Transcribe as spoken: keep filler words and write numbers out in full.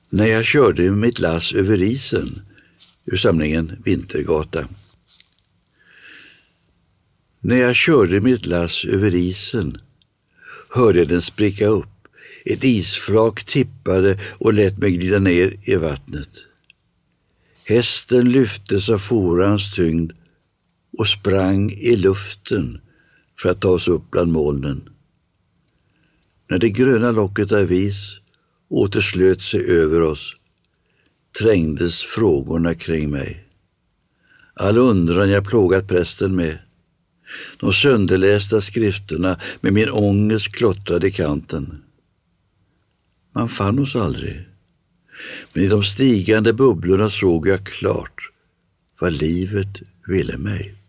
När jag körde mitt lass över isen, ur samlingen Vintergata. När jag körde mitt lass över isen hörde jag den spricka upp. Ett isflak tippade och lät mig glida ner i vattnet. Hästen lyftes av forans tyngd och sprang i luften för att ta oss upp bland molnen. När det gröna locket av is återslöt sig över oss trängdes frågorna kring mig. All undran jag plågat prästen med. De sönderlästa skrifterna med min ångest klottrade i kanten. Man fann oss aldrig, men i de stigande bubblorna såg jag klart vad livet ville mig.